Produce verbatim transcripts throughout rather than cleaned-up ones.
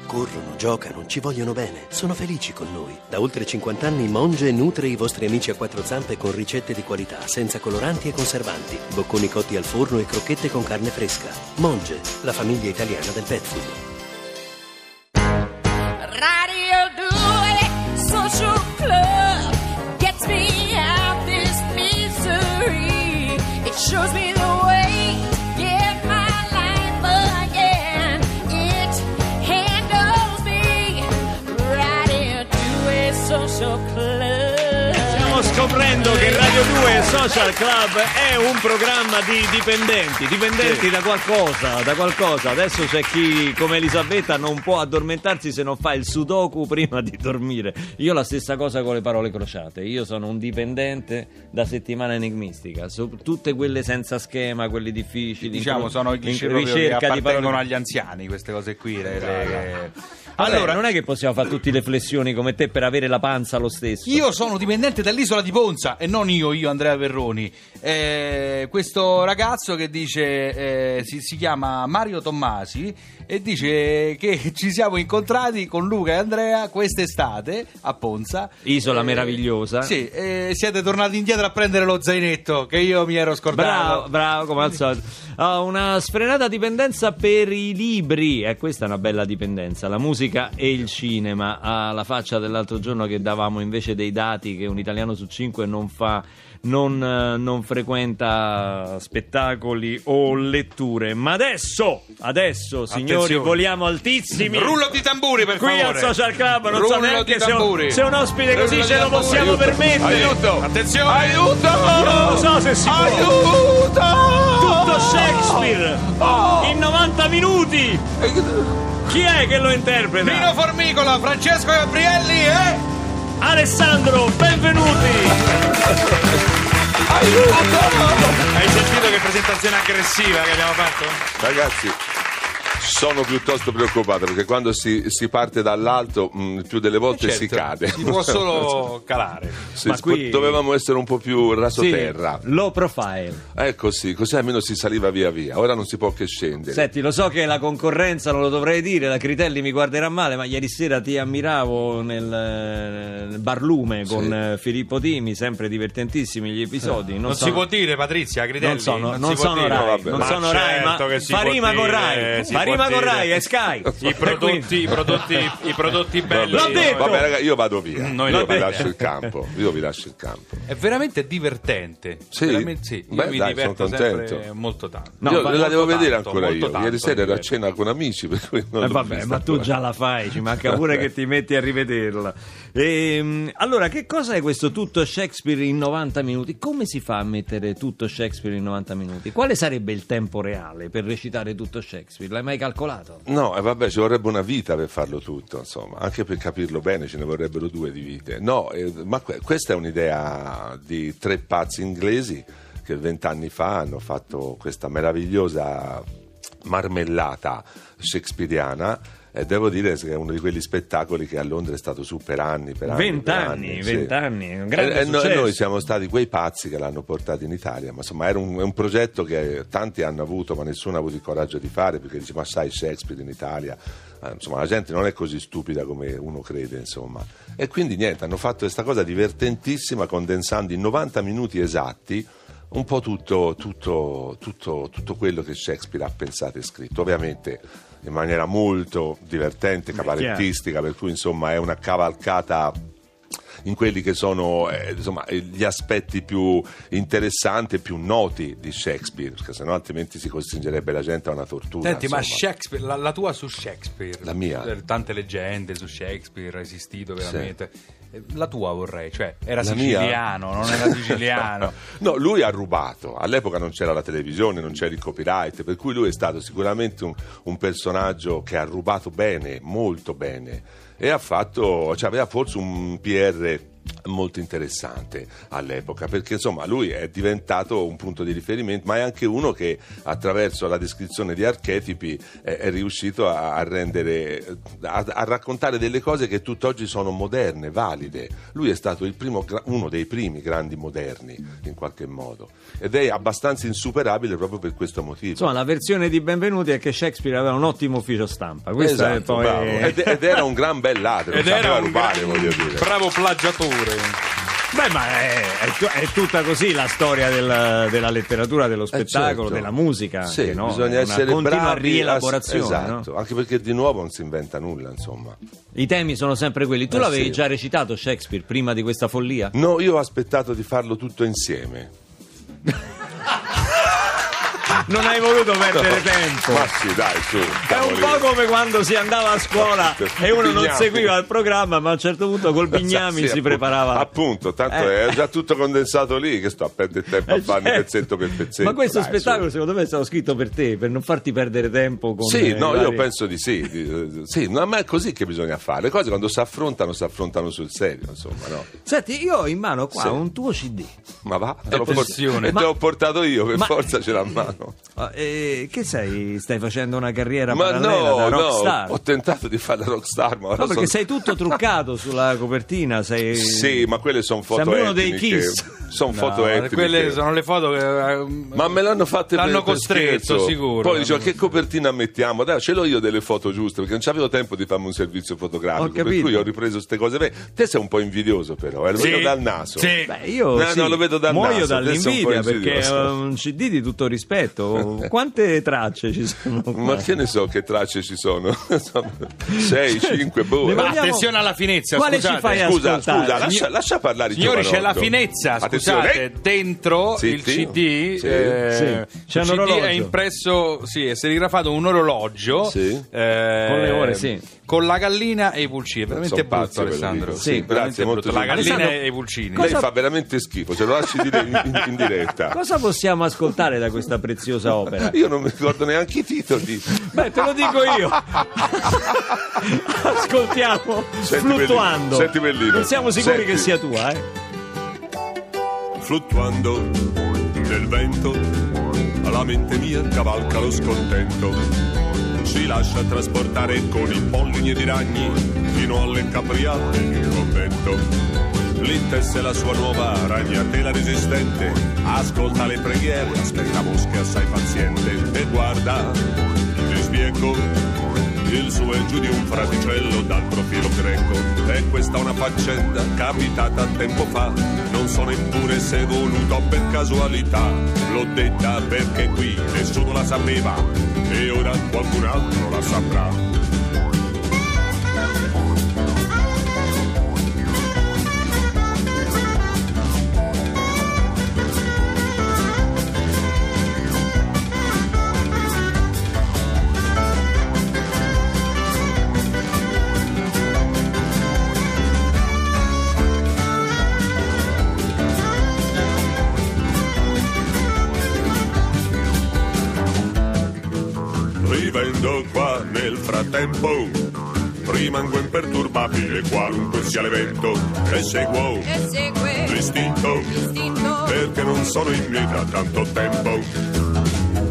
corrono, giocano, ci vogliono bene, sono felici con noi. Da oltre cinquanta anni Monge nutre i vostri amici a quattro zampe con ricette di qualità, senza coloranti e conservanti, bocconi cotti al forno e crocchette con carne fresca. Monge, la famiglia italiana del pet food. Radio due Social Club gets me out this misery. It shows me the way to get my life again. It handles me. Radio due Social Club. Stiamo scoprendo che Radio due Social Club è un programma di dipendenti, dipendenti sì. da qualcosa, da qualcosa. Adesso c'è chi, come Elisabetta, non può addormentarsi se non fa il sudoku prima di dormire. Io la stessa cosa con le parole crociate. Io sono un dipendente da Settimana Enigmistica. Su tutte quelle senza schema, quelli difficili. Diciamo, sono i cliché proprio che appartengono agli anziani, queste cose qui. Le, le... Allora, allora, non è che possiamo fare tutte le flessioni come te per avere la panza lo stesso. Io sono dipendente dall'isola di Ponza e non io, io Andrea Perroni. Eh, questo ragazzo che dice eh, si, si chiama Mario Tommasi e dice che ci siamo incontrati con Luca e Andrea quest'estate a Ponza. Isola eh, meravigliosa. Sì, eh, siete tornati indietro a prendere lo zainetto che io mi ero scordato. Bravo, bravo come al solito. Oh, una sfrenata dipendenza per i libri, e eh, questa è una bella dipendenza. La musica e il cinema, alla faccia dell'altro giorno che davamo invece dei dati che un italiano su cinque non fa, non, non frequenta spettacoli o letture. Ma adesso, adesso signori, attenzione, voliamo altissimi. Rullo di tamburi per qui favore. Qui al Social Club non Rullo so neanche se un, se un ospite così Rullo ce lo possiamo aiuto, permettere. Aiuto, attenzione, aiuto. Io non so se si può. Aiuto. Tutto Shakespeare oh. in novanta minuti. Chi è che lo interpreta? Nino Formicola, Francesco Gabrielli e Alessandro, benvenuti. Aiuto! Hai sentito che presentazione aggressiva che abbiamo fatto? Ragazzi, sono piuttosto preoccupato perché quando si, si parte dall'alto mh, più delle volte certo, si cade. Si può solo calare. Sì, ma qui... dovevamo essere un po' più rasoterra. Sì, low profile. Ecco sì, così almeno si saliva via via. Ora non si può che scendere. Senti, lo so che la concorrenza non lo dovrei dire, la Critelli mi guarderà male, ma ieri sera ti ammiravo nel, nel barlume con sì. Filippo Timi, sempre divertentissimi gli episodi. Non, non so... si può dire, Patrizia, Critelli. Non sono, non non sono Rai, no, non ma sono certo Rai, ma fa rima con Rai. Fa rima con Rai, è Sky. I prodotti, i prodotti, i prodotti belli. L'ho detto. Vabbè, ragazzi, io vado via. Noi io vi lascio il campo. Io vi lascio il campo. È veramente divertente. Sì? Veramente, sì. Io Beh, mi dai, diverto sono sempre contento. molto tanto. No, io ma la devo vedere tanto, ancora io. tanto, Ieri sera ero a diverto. cena con amici, per cui non Eh, l'ho vabbè, vista ma tu ancora. già la fai, ci manca pure che ti metti a rivederla. E, allora, che cosa è questo tutto Shakespeare in novanta minuti? Come si fa a mettere tutto Shakespeare in novanta minuti? Quale sarebbe il tempo reale per recitare tutto Shakespeare? L'hai mai calcolato? No, e vabbè, ci vorrebbe una vita per farlo tutto, insomma, anche per capirlo bene ce ne vorrebbero due di vite. No, eh, ma que- questa è un'idea di tre pazzi inglesi che vent'anni fa hanno fatto questa meravigliosa marmellata shakespeariana. E devo dire che è uno di quegli spettacoli che a Londra è stato su per anni, per anni. Vent'anni, sì. vent'anni, un grande e, e successo. noi, noi siamo stati quei pazzi che l'hanno portato in Italia, ma insomma era un, è un progetto che tanti hanno avuto, ma nessuno ha avuto il coraggio di fare, perché dice, ma sai, Shakespeare in Italia, eh, insomma la gente non è così stupida come uno crede, insomma. E quindi niente, hanno fatto questa cosa divertentissima, condensando in novanta minuti esatti un po' tutto, tutto, tutto, tutto quello che Shakespeare ha pensato e scritto, ovviamente in maniera molto divertente, cabarettistica, per cui insomma è una cavalcata in quelli che sono eh, insomma, gli aspetti più interessanti e più noti di Shakespeare, perché sennò altrimenti si costringerebbe la gente a una tortura. Senti, insomma. ma Shakespeare, la, la tua su Shakespeare, la mia, tante leggende su Shakespeare, ha esistito veramente. Sì. La tua vorrei, cioè era la siciliano, mia? non era siciliano. No, lui ha rubato. All'epoca non c'era la televisione, non c'era il copyright, per cui lui è stato sicuramente un, un personaggio che ha rubato bene, molto bene, e ha fatto, cioè aveva forse un P R molto interessante all'epoca, perché insomma lui è diventato un punto di riferimento, ma è anche uno che attraverso la descrizione di archetipi è, è riuscito a, a rendere a, a raccontare delle cose che tutt'oggi sono moderne, valide. Lui è stato il primo, uno dei primi grandi moderni in qualche modo, ed è abbastanza insuperabile proprio per questo motivo. Insomma, la versione di Benvenuti è che Shakespeare aveva un ottimo ufficio stampa. Questo esatto, è poi... bravo. Ed, ed era un gran bel ladro, ed sapeva era un rubare, gran- voglio dire. bravo plagiatore. Beh, ma è, è, è tutta così la storia del, della letteratura, dello spettacolo, certo. della musica. Sì, anche, no? bisogna Una essere continua bravi. rielaborazione. Esatto, no? anche perché di nuovo non si inventa nulla, insomma. I temi sono sempre quelli. Tu Eh, l'avevi sì. già recitato Shakespeare prima di questa follia? No, io ho aspettato di farlo tutto insieme. Non hai voluto perdere tempo. Ma sì, dai, su. È un po' come quando si andava a scuola e uno non Bignami. seguiva il programma, ma a un certo punto col Bignami Sì, si appunto, preparava. Appunto, tanto Eh. è già tutto condensato lì, che sto a perdere tempo a Eh, farmi certo. pezzetto per pezzetto. Ma questo dai, spettacolo su. secondo me è stato scritto per te, per non farti perdere tempo con Sì, eh, no, vari- io penso di sì. di- Sì, no, ma è così che bisogna fare. Le cose quando si affrontano, si affrontano sul serio, insomma, no? Senti, io ho in mano qua Sì. un tuo C D. Ma va, te l'ho, Attenzione. e Ma- te l'ho portato io, per Ma- forza ce l'ho a mano. Ah, eh, che sei? Stai facendo una carriera Ma parallela no, da no, rockstar? ho tentato di fare la rockstar, ma ora No, perché son- sei tutto truccato sulla copertina, sei... Sì, ma quelle sono foto Sembri uno dei etniche. Kiss. Sono foto No, etniche. quelle sono le foto che eh, Ma me l'hanno fatte per, l'hanno per costretto, scherzo. sicuro. Poi dicevo, che copertina mettiamo? Dai, ce l'ho io delle foto giuste, perché non c'avevo tempo di farmi un servizio Ho fotografico, per capito. cui ho ripreso queste cose. Beh, te sei un po' invidioso però, eh, lo Sì, vedo dal naso. sì. Beh, io No, sì, no, lo vedo dal muoio naso, adesso è un po' dall'invidia perché è insidioso. un C D di tutto rispetto. Quante tracce ci sono? qua? Ma che ne so che tracce ci sono? sei, cinque, boh. Ne Ma vogliamo- attenzione alla finezza, Quale scusate. ci fai Scusa, ascoltare? scusa, lascia, lascia parlare i Signori, c'è la giovanotto. finezza, Attenzione. scusate, dentro Sì, il sì. C D, Sì. eh, Sì. C'è il un C D orologio. è impresso, sì, è serigrafato un orologio Sì. eh, Con le ore, sì. con la gallina e i pulcini. È veramente Sono brutto, pazzi quello Alessandro. lì. Sì, veramente grazie, molto brutto. La gentile. gallina Alessandro, e i pulcini. cosa- Lei fa veramente schifo, ce lo lasci dire in, in- in diretta. Cosa possiamo ascoltare da questa preziosa opera? Io non mi ricordo neanche i titoli. Beh, te lo dico io. Ascoltiamo Senti Fluttuando. Bellino, senti Bellino. Non siamo sicuri Senti. che sia tua, eh? Fluttuando nel vento, la mente mia cavalca lo scontento, si lascia trasportare con i pollini ed i ragni fino alle capriate del convento. Lì tesse la sua nuova ragnatela resistente, ascolta le preghiere, aspetta mosche assai paziente e guarda di sbieco il su e giù di un fraticello dal profilo greco. E questa è una faccenda capitata tempo fa, non so neppure se è voluto per casualità. L'ho detta perché qui nessuno la sapeva e ora qualcun altro la saprà. Vivendo qua nel frattempo, rimango imperturbabile qualunque sia l'evento e seguo E segue l'istinto l'istinto. perché non sono in me da tanto tempo.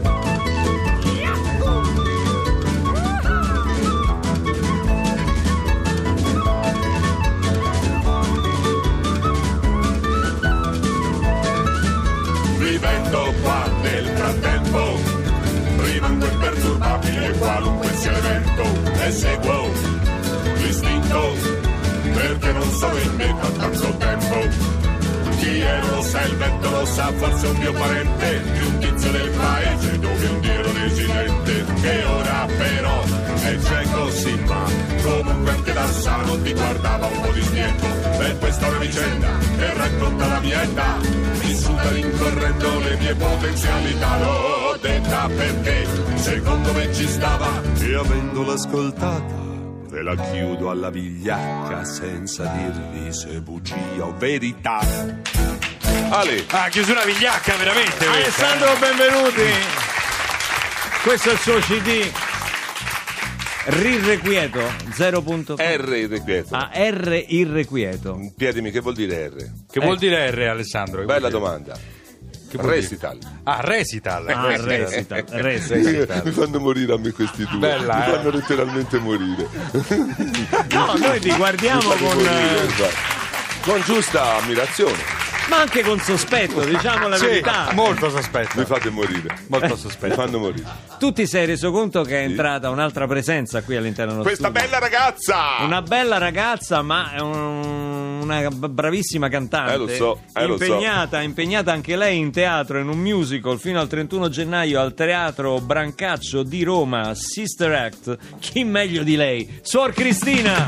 Vivendo qua nel frattempo, rimango imperturbabile qualunque sia l'evento e seguo l'istinto perché non sono in me da tanto tempo. Chi è lo sa, il vento lo sa, forse un mio parente, di un tizio del paese dove un dio ero residente, che ora però è cieco sì, ma comunque anche da sano ti guardava un po' di sbietto. E questa è una vicenda che racconta la mia età, vissuta rincorrendo le mie potenzialità. L'ho detta perché secondo me ci stava e avendola ascoltata ve la chiudo alla vigliacca senza dirvi se bugia o verità. Ale, Ah, chiusura vigliacca, veramente. questa. Alessandro, benvenuti. Questo è il suo C D. Rirrequieto, zero punto com. R irrequieto. Ah, R irrequieto. Chiedimi che vuol dire R. Che vuol dire R, Alessandro? Che Bella vuol dire? domanda. Che vuol dire? Recital. Ah, recital. Ah, recital, recital. Mi fanno morire a me questi due. Bella, Mi eh? fanno letteralmente morire. No, noi ti guardiamo Mi fanno con, morire, eh, infatti. Con giusta ammirazione. ma anche con sospetto, diciamo la Sì, verità. molto sospetto. Mi fate morire. Molto Mi sospetto. fanno morire. Tu ti sei reso conto che è entrata un'altra presenza qui all'interno del nostro Questa studio? bella ragazza! Una bella ragazza, ma è un- una b- bravissima cantante. Eh, lo so, eh, lo so. impegnata, impegnata anche lei in teatro, in un musical fino al trentuno gennaio al Teatro Brancaccio di Roma, Sister Act. Chi meglio di lei? Suor Cristina!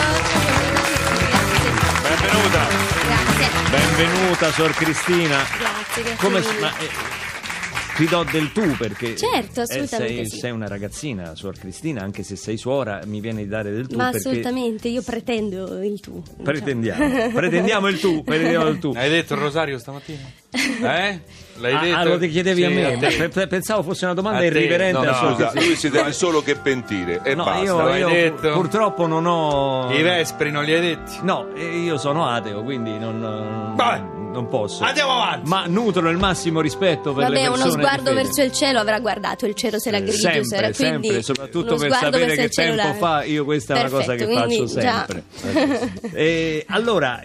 Benvenuta. Grazie, Benvenuta, Suor Cristina. grazie, grazie Come mille. ma, eh, ti do del tu perché Certo, eh, assolutamente sei, sì. sei una ragazzina, Suor Cristina, anche se sei suora, mi viene di dare del tu Ma perché assolutamente, io pretendo il tu. diciamo. pretendiamo, pretendiamo il tu, pretendiamo il tu. Hai detto il rosario stamattina? Eh? L'hai Ah, detto? ah, lo ti chiedevi Sì, a me, te. Pe- pe- pensavo fosse una domanda A te. irriverente. No, a no, Suor Scusa, Cristina. lui si deve solo che pentire e No, basta. io, l'hai io detto? purtroppo non ho. I vespri non li hai detti? No, eh, io sono ateo, quindi non, Vabbè. non posso. Andiamo avanti. Ma nutro il massimo rispetto per Vabbè, le persone uno sguardo di fede. verso il cielo avrà guardato il cielo se la grigio Sempre, sarà, quindi sempre, soprattutto uno per sguardo sapere verso che il cielo tempo la- fa, io questa è una cosa che Perfetto, faccio quindi già- sempre. Eh, allora,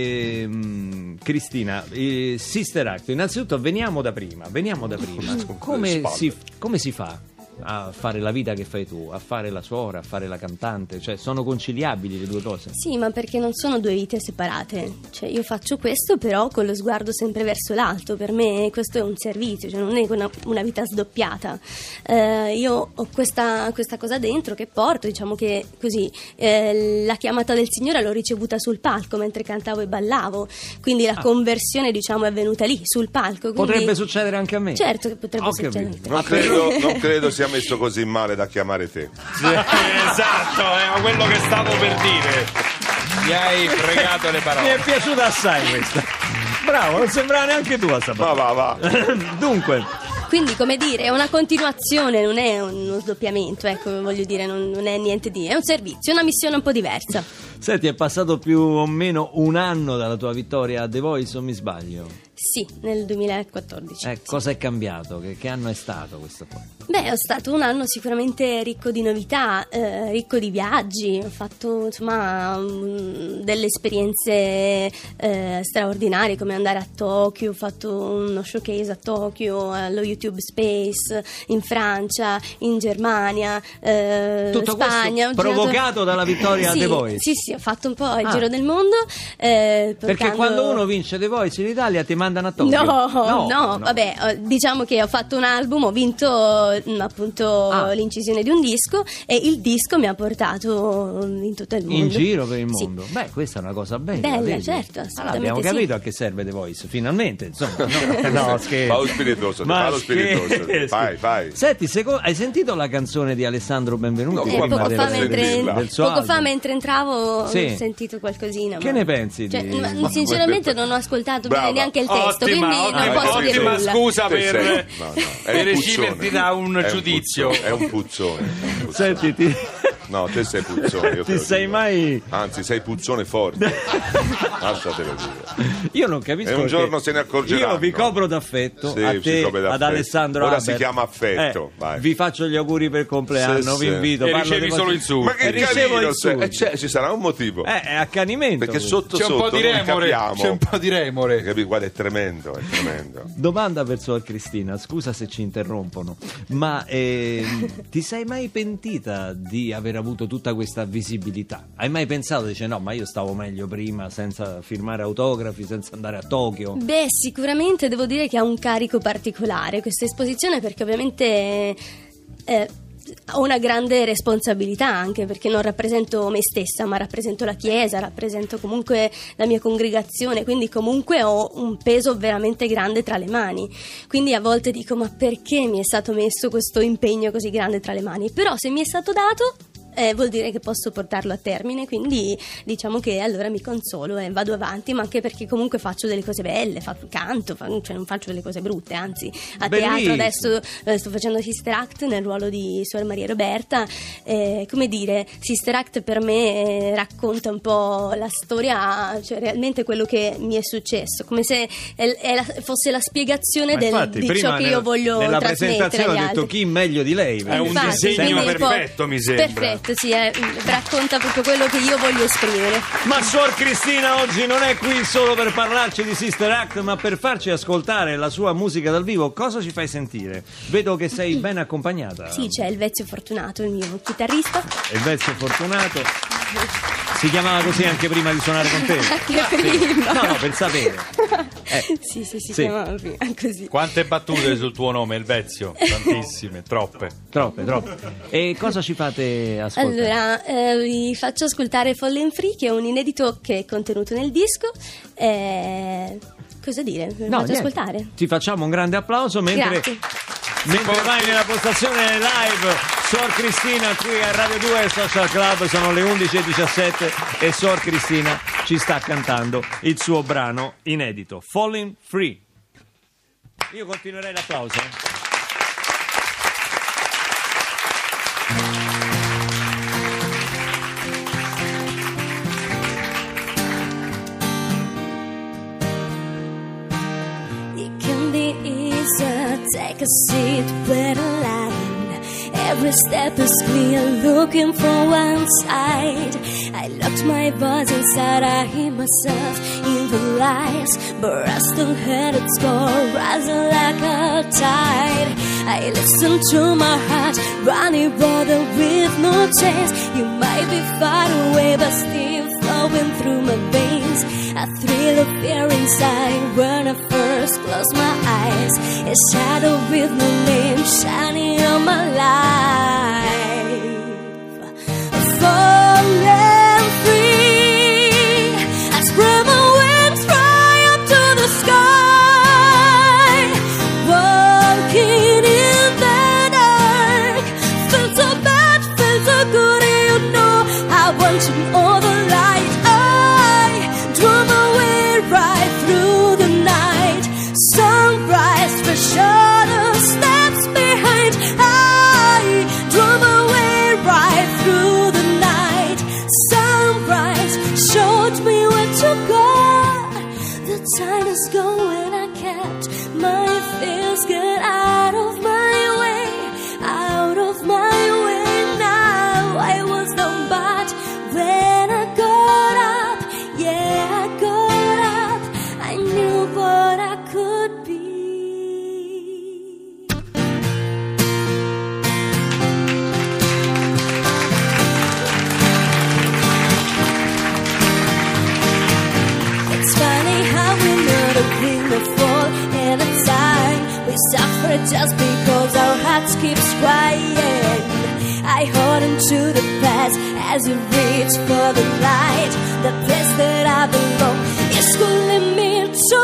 ehm, Cristina, eh, Sister Act, innanzitutto veniamo da prima, veniamo da prima. Come spalle. si, come si fa a fare la vita che fai tu, a fare la suora, a fare la cantante? Cioè, sono conciliabili le due cose? Sì, ma perché non sono due vite separate. Cioè, io faccio questo, però con lo sguardo sempre verso l'alto. Per me questo è un servizio, cioè non è una, una vita sdoppiata. Eh, io ho questa, questa cosa dentro che porto, diciamo che così, eh, la chiamata del Signore l'ho ricevuta sul palco mentre cantavo e ballavo. Quindi la conversione, diciamo, è venuta lì, sul palco. Quindi- Potrebbe succedere anche a me. Certo che potrebbe Ho succedere. capito. Non credo, non credo sia messo così male da chiamare te. Sì, esatto, è quello che stavo per dire. Mi hai fregato le Mi è parole. piaciuta assai questa. Bravo, non sembrava neanche tu a Va, sabato. va, va. Dunque, Quindi, come dire, è una continuazione, non è uno sdoppiamento, ecco, voglio dire, non, non è niente di... è un servizio, è una missione un po' diversa. senti, è passato più o meno un anno dalla tua vittoria a The Voice, o mi sbaglio? Sì, nel duemilaquattordici. Eh, cosa è cambiato? Che, che anno è stato questo qua? Beh, è stato un anno sicuramente ricco di novità, eh, ricco di viaggi, ho fatto insomma mm, delle esperienze eh, straordinarie come andare a Tokyo, ho fatto uno showcase a Tokyo, allo YouTube Space, in Francia, in Germania, eh, Tutto Spagna. questo ho girato- provocato dalla vittoria a Sì, The Voice? Sì, sì, ho fatto un po' il Ah. giro del mondo. eh, Perché portando- quando uno vince The Voice in Italia ti mandano a Tokyo? No, no, vabbè, eh, diciamo che ho fatto un album, ho vinto mm, appunto Ah. l'incisione di un disco e il disco mi ha portato in tutto il mondo. In giro per il Sì. mondo. Beh, questa è una cosa bella. Bella, vedi? certo, Allora, assolutamente abbiamo sì. capito a che serve The Voice, finalmente, insomma. No, no, scherzo. Fallo spiritoso, Ma fallo spiritoso. scherzo. Vai, vai. Senti, seco- hai sentito la canzone di Alessandro Benvenuti? No, Eh, Prima poco del- fa, del- mentre, del suo poco fa album. mentre entravo Sì. ho sentito qualcosina. Che ma- ne pensi Cioè, di- ma- Ma- sinceramente non ho ascoltato Brava. bene neanche il testo, Ottima, quindi non ottima, posso dire ottima nulla. scusa Te sei- per, no, no, è per un esimerti puzzone. da un È giudizio. puzzone, È un puzzone. è un puzzone. Senti, ti, No, te sei puzzone. Io te ti lo sei dico. mai... Anzi, sei puzzone forte. Lasciatelo dire. Io non capisco E un che- giorno se ne accorgeranno. Io vi copro d'affetto Sì, a si te, copre ad d'affetto. Alessandro Ora Haber. si chiama affetto, Eh, vai. vi faccio gli auguri per il compleanno, Sì, vi sì. invito. E parlo ricevi di solo cose- insulti. Ma che E ricevo carino insulti. sei. Eh, c'è- ci sarà un motivo. Eh, è accanimento. Perché questo. sotto C'è un sotto po' di noi remore. capiamo. C'è un po' di remore. Capi? Guarda, è tremendo, è tremendo. Domanda per Suor Cristina, scusa se ci interrompono, ma ehm, ti sei mai pentita di aver avuto tutta questa visibilità? Hai mai pensato, dice no, ma io stavo meglio prima senza firmare autografi, senza andare a Tokyo? Beh, sicuramente devo dire che ha un carico particolare questa esposizione, perché ovviamente eh, ho una grande responsabilità, anche perché non rappresento me stessa, ma rappresento la Chiesa, rappresento comunque la mia congregazione, quindi comunque ho un peso veramente grande tra le mani. Quindi a volte dico, ma perché mi è stato messo questo impegno così grande tra le mani? Però se mi è stato dato, eh, vuol dire che posso portarlo a termine, quindi diciamo che allora mi consolo e vado avanti, ma anche perché comunque faccio delle cose belle, fa, canto, fa, cioè non faccio delle cose brutte, anzi a Bellissimo. teatro adesso eh, sto facendo Sister Act nel ruolo di Suor Maria Roberta, eh, come dire, Sister Act per me eh, racconta un po' la storia, cioè realmente quello che mi è successo, come se è, è la, fosse la spiegazione Ma del, infatti, di prima ciò che nella- io voglio nella trasmettere presentazione agli ho detto altri. chi meglio di lei. È un Infatti, disegno quindi un po' perfetto, mi sembra. Perfetto, sì, eh, racconta proprio quello che io voglio esprimere. Ma Suor Cristina oggi non è qui solo per parlarci di Sister Act, ma per farci ascoltare la sua musica dal vivo. Cosa ci fai sentire? Vedo che sei ben accompagnata. Sì, c'è il Vezio Fortunato, il mio chitarrista. Il Vezio Fortunato. Si chiamava così anche prima di suonare con te? Anche prima. No, no, per sapere. Eh. Sì, sì, si Sì. chiamava prima, così. Quante battute sul tuo nome, Elvezio? Tantissime, troppe. Troppe, troppe. E cosa ci fate ascoltare? Allora, eh, vi faccio ascoltare Fallen Free, che è un inedito che è contenuto nel disco. Eh, cosa dire? Vi No, faccio niente. ascoltare. Ti facciamo un grande applauso mentre, Grazie. mentre vai nella postazione live. Suor Cristina qui a Radio due Social Club, sono le undici e diciassette e Suor Cristina ci sta cantando il suo brano inedito, Falling Free. Io continuerei l'applauso. It can be easier, take a seat, wait a line. Every step is clear, looking for one side. I locked my voice inside, I hear myself in the lights, but I still heard it score, rising like a tide. I listen to my heart, running water with no chance. You might be far away, but still flowing through my veins. A thrill of fear inside when I first close my eyes. A shadow with no name shining on my life. Falling free, I spread my wings right up to the sky. Walking in the dark, feel so bad, feel so good, you know. I want to know the light. I drew my way right through the night. Sunrise for shadow steps behind. I drew my way right through the night. Sunrise showed me where to go. The time is going, I kept my fears, get out of my way, out of my way. Now I was down, but when I got up, yeah, I got up, I knew what I could be. It's funny how we know that we will fall in a time. We suffer just because our hearts keep crying. I hold on to the past as you reach for the light. The place that I belong is calling me to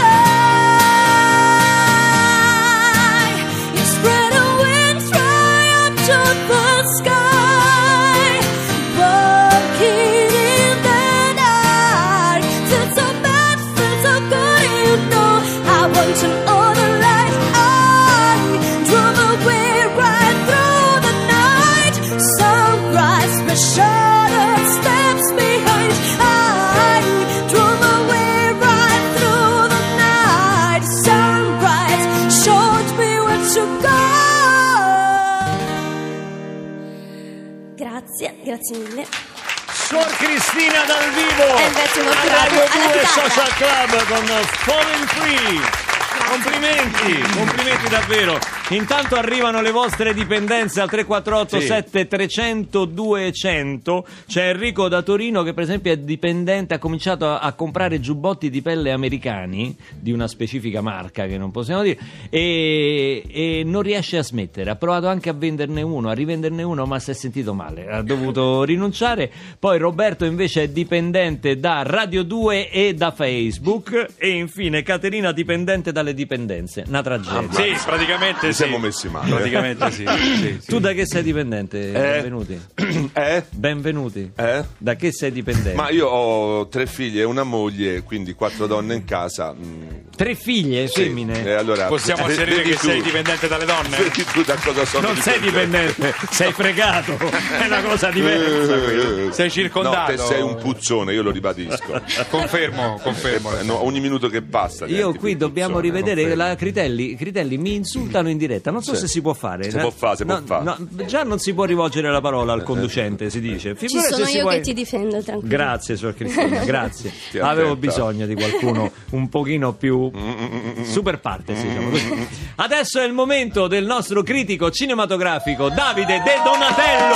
fly. You spread your wings right up to the sky. Walking in the dark, feel so bad, feel so good, you know. I want to know the light. I drew my way right through the night. Sunrise, but shadow steps behind. I drew my way right through the night. Sunrise showed me where to go. Grazie, grazie mille. Suor Cristina dal vivo E invece a Fortunato Radio alla due chitarra. Social Club con Falling Free. Complimenti, complimenti davvero. Intanto arrivano le vostre dipendenze al tre quattro otto sette trecento duecento. C'è Enrico da Torino che per esempio è dipendente, ha cominciato a, a comprare giubbotti di pelle americani di una specifica marca che non possiamo dire e, e non riesce a smettere. Ha provato anche a venderne uno, a rivenderne uno, ma si è sentito male, ha dovuto rinunciare. Poi Roberto invece è dipendente da Radio due e da Facebook, e infine Caterina dipendente dalle dipendenze. Una tragedia. Sì, praticamente siamo messi male. Praticamente sì, sì, sì. Tu da che sei dipendente? Benvenuti. Eh? Benvenuti. Eh? Da che sei dipendente? Ma io ho tre figlie e una moglie, quindi quattro donne in casa. mm, Tre figlie sì. femmine? E allora, Possiamo vedi asserire che tu, sei dipendente dalle donne? Vedi tu da cosa sono Non sei dipendente, sei fregato. È una cosa diversa quella. Sei circondato. No, te sei un puzzone, io lo ribadisco. Confermo, confermo. Eh, no, ogni minuto che passa Io diventi qui più dobbiamo puzzone, rivedere confermo. la Critelli. Critelli mi insultano in diretta. Non so Sì. se si può fare. Si può fare, si può No, fare. no, già non si può rivolgere la parola al conducente, si dice. Ci Figurati sono se si io può- che ti difendo, tranquillo. Grazie, suor Cristina, grazie. Ti Avevo attenta. bisogno di qualcuno un pochino più super partes, diciamo così. Adesso è il momento del nostro critico cinematografico Davide De Donatello.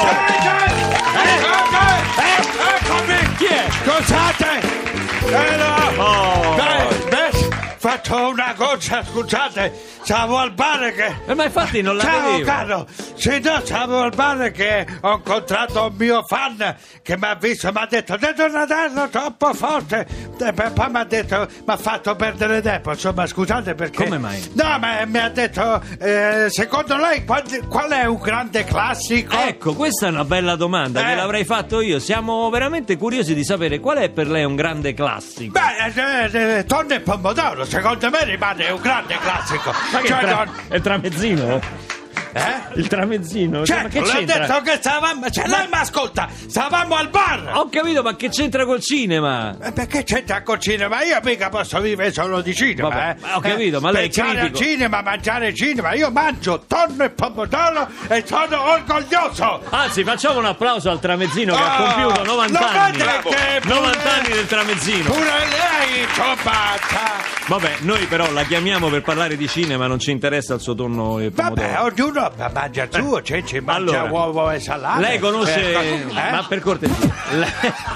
Eccomi! Chi è? Scusate! Eh no! Oh. Beh, beh, faccio una cosa, scusate, stavo al bar che... Eh, ma infatti non la Ciao vedevo. caro, sì, no, stavo al bar che ho incontrato un mio fan che mi ha visto e mi ha detto De Donatello troppo forte e poi poi mi ha detto mi ha fatto perdere tempo, insomma scusate perché... Come mai? No, ma mi ha detto eh, secondo lei qual, qual è un grande classico? Ecco, questa è una bella domanda, Eh. che l'avrei fatto io. Siamo veramente curiosi di sapere qual è per lei un grande classico. Beh, eh, eh, tonno e pomodoro, secondo me rimane un grande classico. Ma che Cioè, tra- non- è il tramezzino? eh? Il tramezzino? Cioè, ma Certo, che l'ho c'entra? detto che stavamo... Cioè, lei mi ascolta, stavamo al bar! Ho capito, ma che c'entra col cinema? Eh, Perché c'entra col cinema? Io mica posso vivere solo di cinema, Vabbè, eh. ma ho capito, ma lei è Pensare al critico. cinema, mangiare cinema. Io mangio tonno e pomodoro e sono orgoglioso. Anzi, facciamo un applauso al tramezzino che ha Ah, compiuto novanta lo anni. vede che pure- novanta anni del tramezzino. Pure lei, ciobaccia. Vabbè, noi però la chiamiamo per parlare di cinema, non ci interessa il suo tonno e pomodoro. Vabbè, ognuno mangia il suo, c'è, ci mangia Allora, uovo e salame. Lei conosce, Eh, eh? ma per cortesia, lei,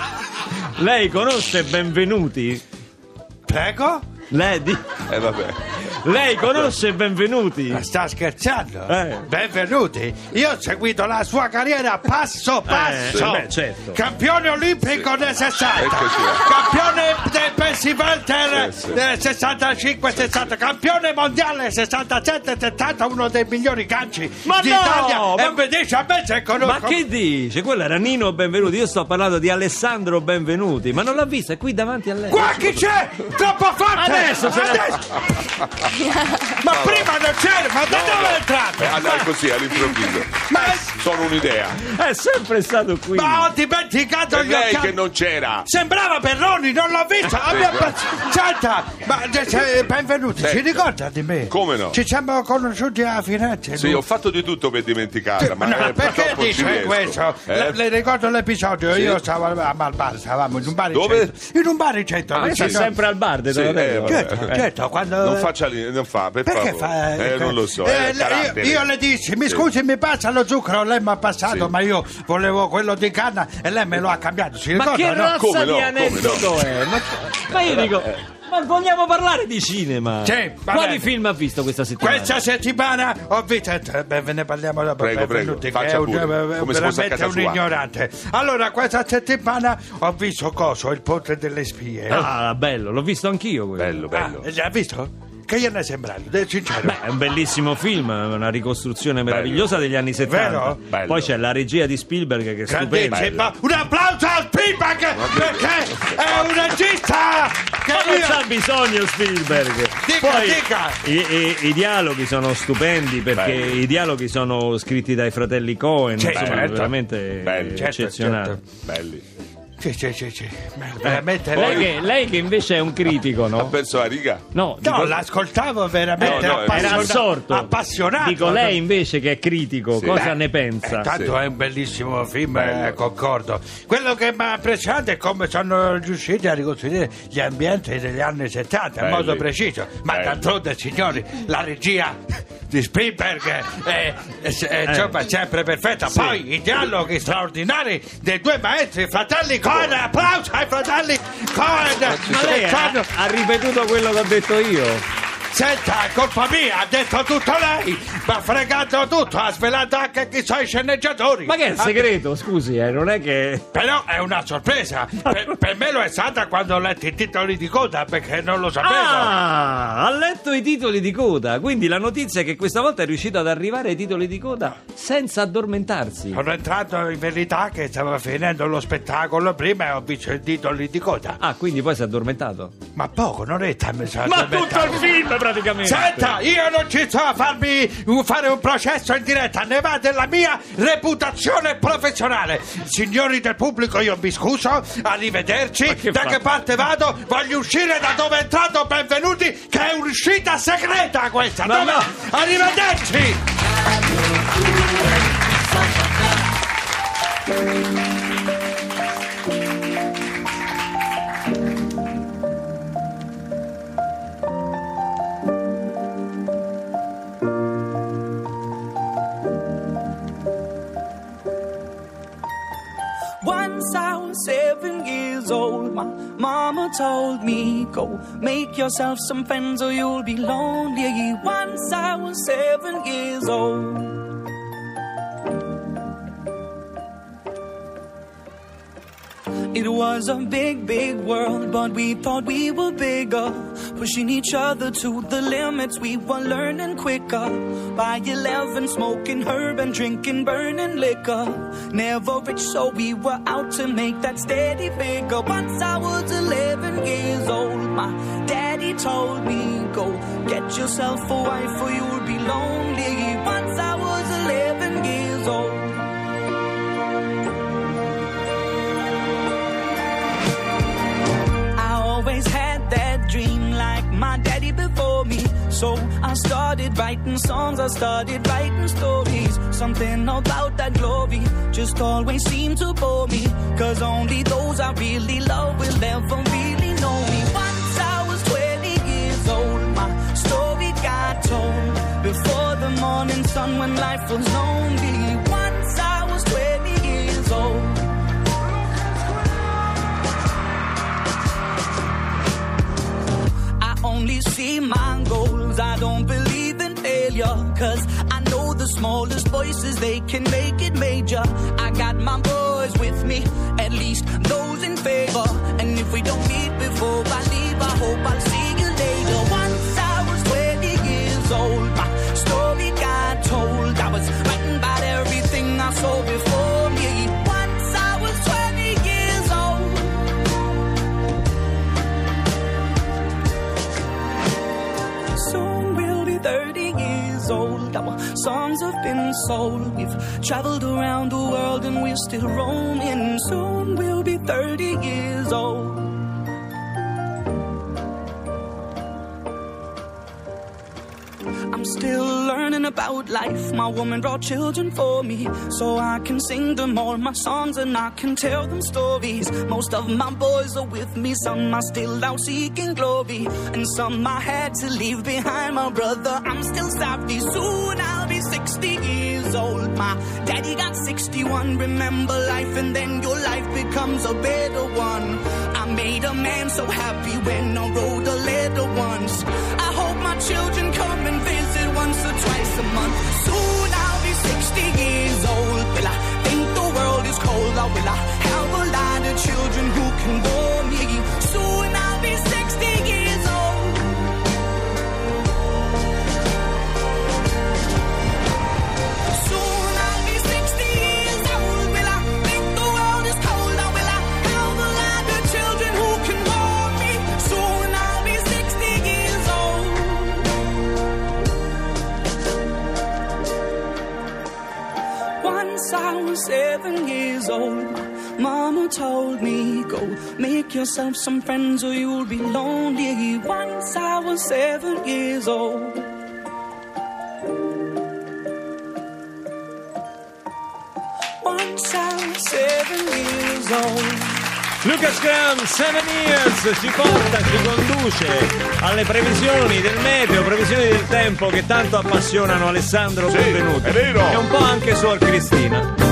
lei conosce Benvenuti? Prego? Lei, di- Eh vabbè. lei conosce Benvenuti? Ma sta scherzando? Eh. Benvenuti. Io ho seguito la sua carriera passo passo. beh, certo. Campione olimpico nel sessanta. Eccoci là. Campione del Pessi Welter Sì, sì. nel sessantacinque sessanta. Campione mondiale sessantasette settanta, uno dei migliori ganci Ma no, d'Italia. ma- E mi dice a me se conosco. Ma che dici? Quello era Nino Benvenuti, io sto parlando di Alessandro Benvenuti, ma non l'ha vista, è qui davanti a lei. Qua chi c'è? Troppo forte! Adesso ce l'ha- Adesso! Ma prima non c'era, ma da dove è entrato? Eh, allora così all'improvviso. Ma, Sono un'idea. È sempre stato qui. ma ho dimenticato È gli lei occhiali. che non c'era. Sembrava Perroni, non l'ho visto. Abbiamo Senta, ma eh, benvenuti, Senta. ci ricorda di me? Come no? Ci siamo conosciuti a Firenze. Sì, lui. ho fatto di tutto per dimenticarla, ma No, eh, perché purtroppo ci dice riesco. questo? Eh? Le, le ricordo l'episodio, Sì. io stavo a Malbar, stavamo in un bar in Dove? centro. In un bar in centro. Ma lei sta sa- sempre al bar, De Sì, Donatello. eh, Certo, vabbè. certo, quando... Non faccia lì, non fa, per Perché favore. fa? Eh, non lo so, Eh, è le- carattere. io, io le dissi, mi Sì. scusi, mi passa lo zucchero, lei mi ha passato, Sì. ma io volevo quello di canna e lei me lo ha cambiato. Si Ma ricorda, che no? razza Come no, di come aneddoto no? è? Ma, ma io dico, ma vogliamo parlare di cinema? Sì, va Quali bene. film ha visto questa settimana? Questa settimana ho visto, eh, beh, ve ne parliamo dopo. Prego, benvenuti, prego, che faccia è un, pure, eh, come se fosse a veramente casa un sua. ignorante. Allora, questa settimana ho visto Coso, il ponte delle spie. Ah, bello, l'ho visto anch'io quello. Bello, bello. Ah, l'ha visto? Che gliene è sembrato? Del sincero. Beh, è un bellissimo film, una ricostruzione meravigliosa degli anni settanta. Vero? Bello. Poi c'è la regia di Spielberg che è stupenda. Grandissimo. Un applauso a Spielberg perché è un regista che Ma non io... c'ha bisogno Spielberg. Dica, Poi dica. I, i- i dialoghi sono stupendi perché Belli. i dialoghi sono scritti dai fratelli Coen, Sì, insomma, certo. veramente Belli. Certo, eccezionali. certo. Belli. Sì, sì, sì, sì. Veramente Lei lei... che, lei che invece è un critico, Ha no? perso la riga? No, No, dico- l'ascoltavo veramente No, no, era appassiona- assorto. appassionato. Dico lei invece che è critico, Sì. cosa Beh, ne pensa? eh, tanto Sì. è un bellissimo film, Bello. eh, concordo. Quello che mi ha impressionato è come sono riusciti a ricostruire gli ambienti degli anni settanta in Belli. modo preciso. Ma Belli. d'altronde, signori, la regia di Spielberg è, è- è, insomma, è sempre perfetta. Poi i dialoghi straordinari dei due maestri, fratelli Coen. Applauso ai fratelli Coen. Ma lei Che ha, fanno- ha ripetuto quello che ho detto io. Senta, è colpa mia, ha detto tutto lei, mi ha fregato tutto, ha svelato anche chi sono i sceneggiatori. Ma che è il segreto, scusi, eh, non è che... Però è una sorpresa, per, per me lo è stata quando ho letto i titoli di coda, perché non lo sapevo. Ah, ha letto i titoli di coda, quindi la notizia è che questa volta è riuscito ad arrivare ai titoli di coda senza addormentarsi. Sono entrato in verità che stava finendo lo spettacolo prima e ho visto i titoli di coda. Ah, quindi poi si è addormentato? Ma poco, non è tanto. Ma tutto il film praticamente. Senta, io non ci sto a farmi fare un processo in diretta, ne va della mia reputazione professionale. Signori del pubblico, io mi scuso, arrivederci. Che da fa? che parte vado? Voglio uscire da dove è entrato, benvenuti, che è un'uscita segreta questa. Ma Dove... no. Arrivederci. Once I was seven years old, my mama told me, go make yourself some friends or you'll be lonely. Once I was seven years old. It was a big, big world, but we thought we were bigger, pushing each other to the limits. We were learning quicker. By eleven, smoking herb and drinking burning liquor. Never rich, so we were out to make that steady figure. Once I was eleven years old, my daddy told me, go get yourself a wife or you'll be lonely. Once I was eleven years old. Always had that dream like my daddy before me. So I started writing songs, I started writing stories. Something about that glory just always seemed to bore me. Cause only those I really love will ever really know me. Once I was twenty years old, my story got told. Before the morning sun when life was lonely. Once I was twenty years old. Only see my goals, I don't believe in failure. Cause I know the smallest voices, they can make it major. I got my boys with me, at least those in favor. And if we don't meet before I leave, I hope I'll see you later. Once I was twenty years old, my story got told. I was writing about everything I saw before me. Once I was twenty years old. Soon we'll be thirty years old. Our songs have been sold. We've traveled around the world and we're still roaming. Soon we'll be thirty years old. I'm still learning about life. My woman brought children for me, so I can sing them all my songs and I can tell them stories. Most of my boys are with me, some are still out seeking glory, and some I had to leave behind. My brother, I'm still sorry. Soon I'll be sixty years old. My daddy got sixty-one. Remember life and then your life becomes a better one. I made a man so happy when I wrote a letter once. I hope my children come and visit once or twice a month. Soon I'll be sixty years old. Will I think the world is cold, or will I have a lot of children who can bore me? Soon I'll be sixty years old. Soon I'll be sixty years old. Will I think the world is cold, or will I have a lot of children who can bore me? Soon I'll be sixty years old. Once I was seven years old, Mama told me, go make yourself some friends or you'll be lonely. Once I was seven years old. Once I was seven years old. Lucas Graham, Seven Years, ci porta, ci conduce alle previsioni del meteo, previsioni del tempo che tanto appassionano Alessandro Sì, Benvenuto. è vero. E un po' anche Suor Cristina.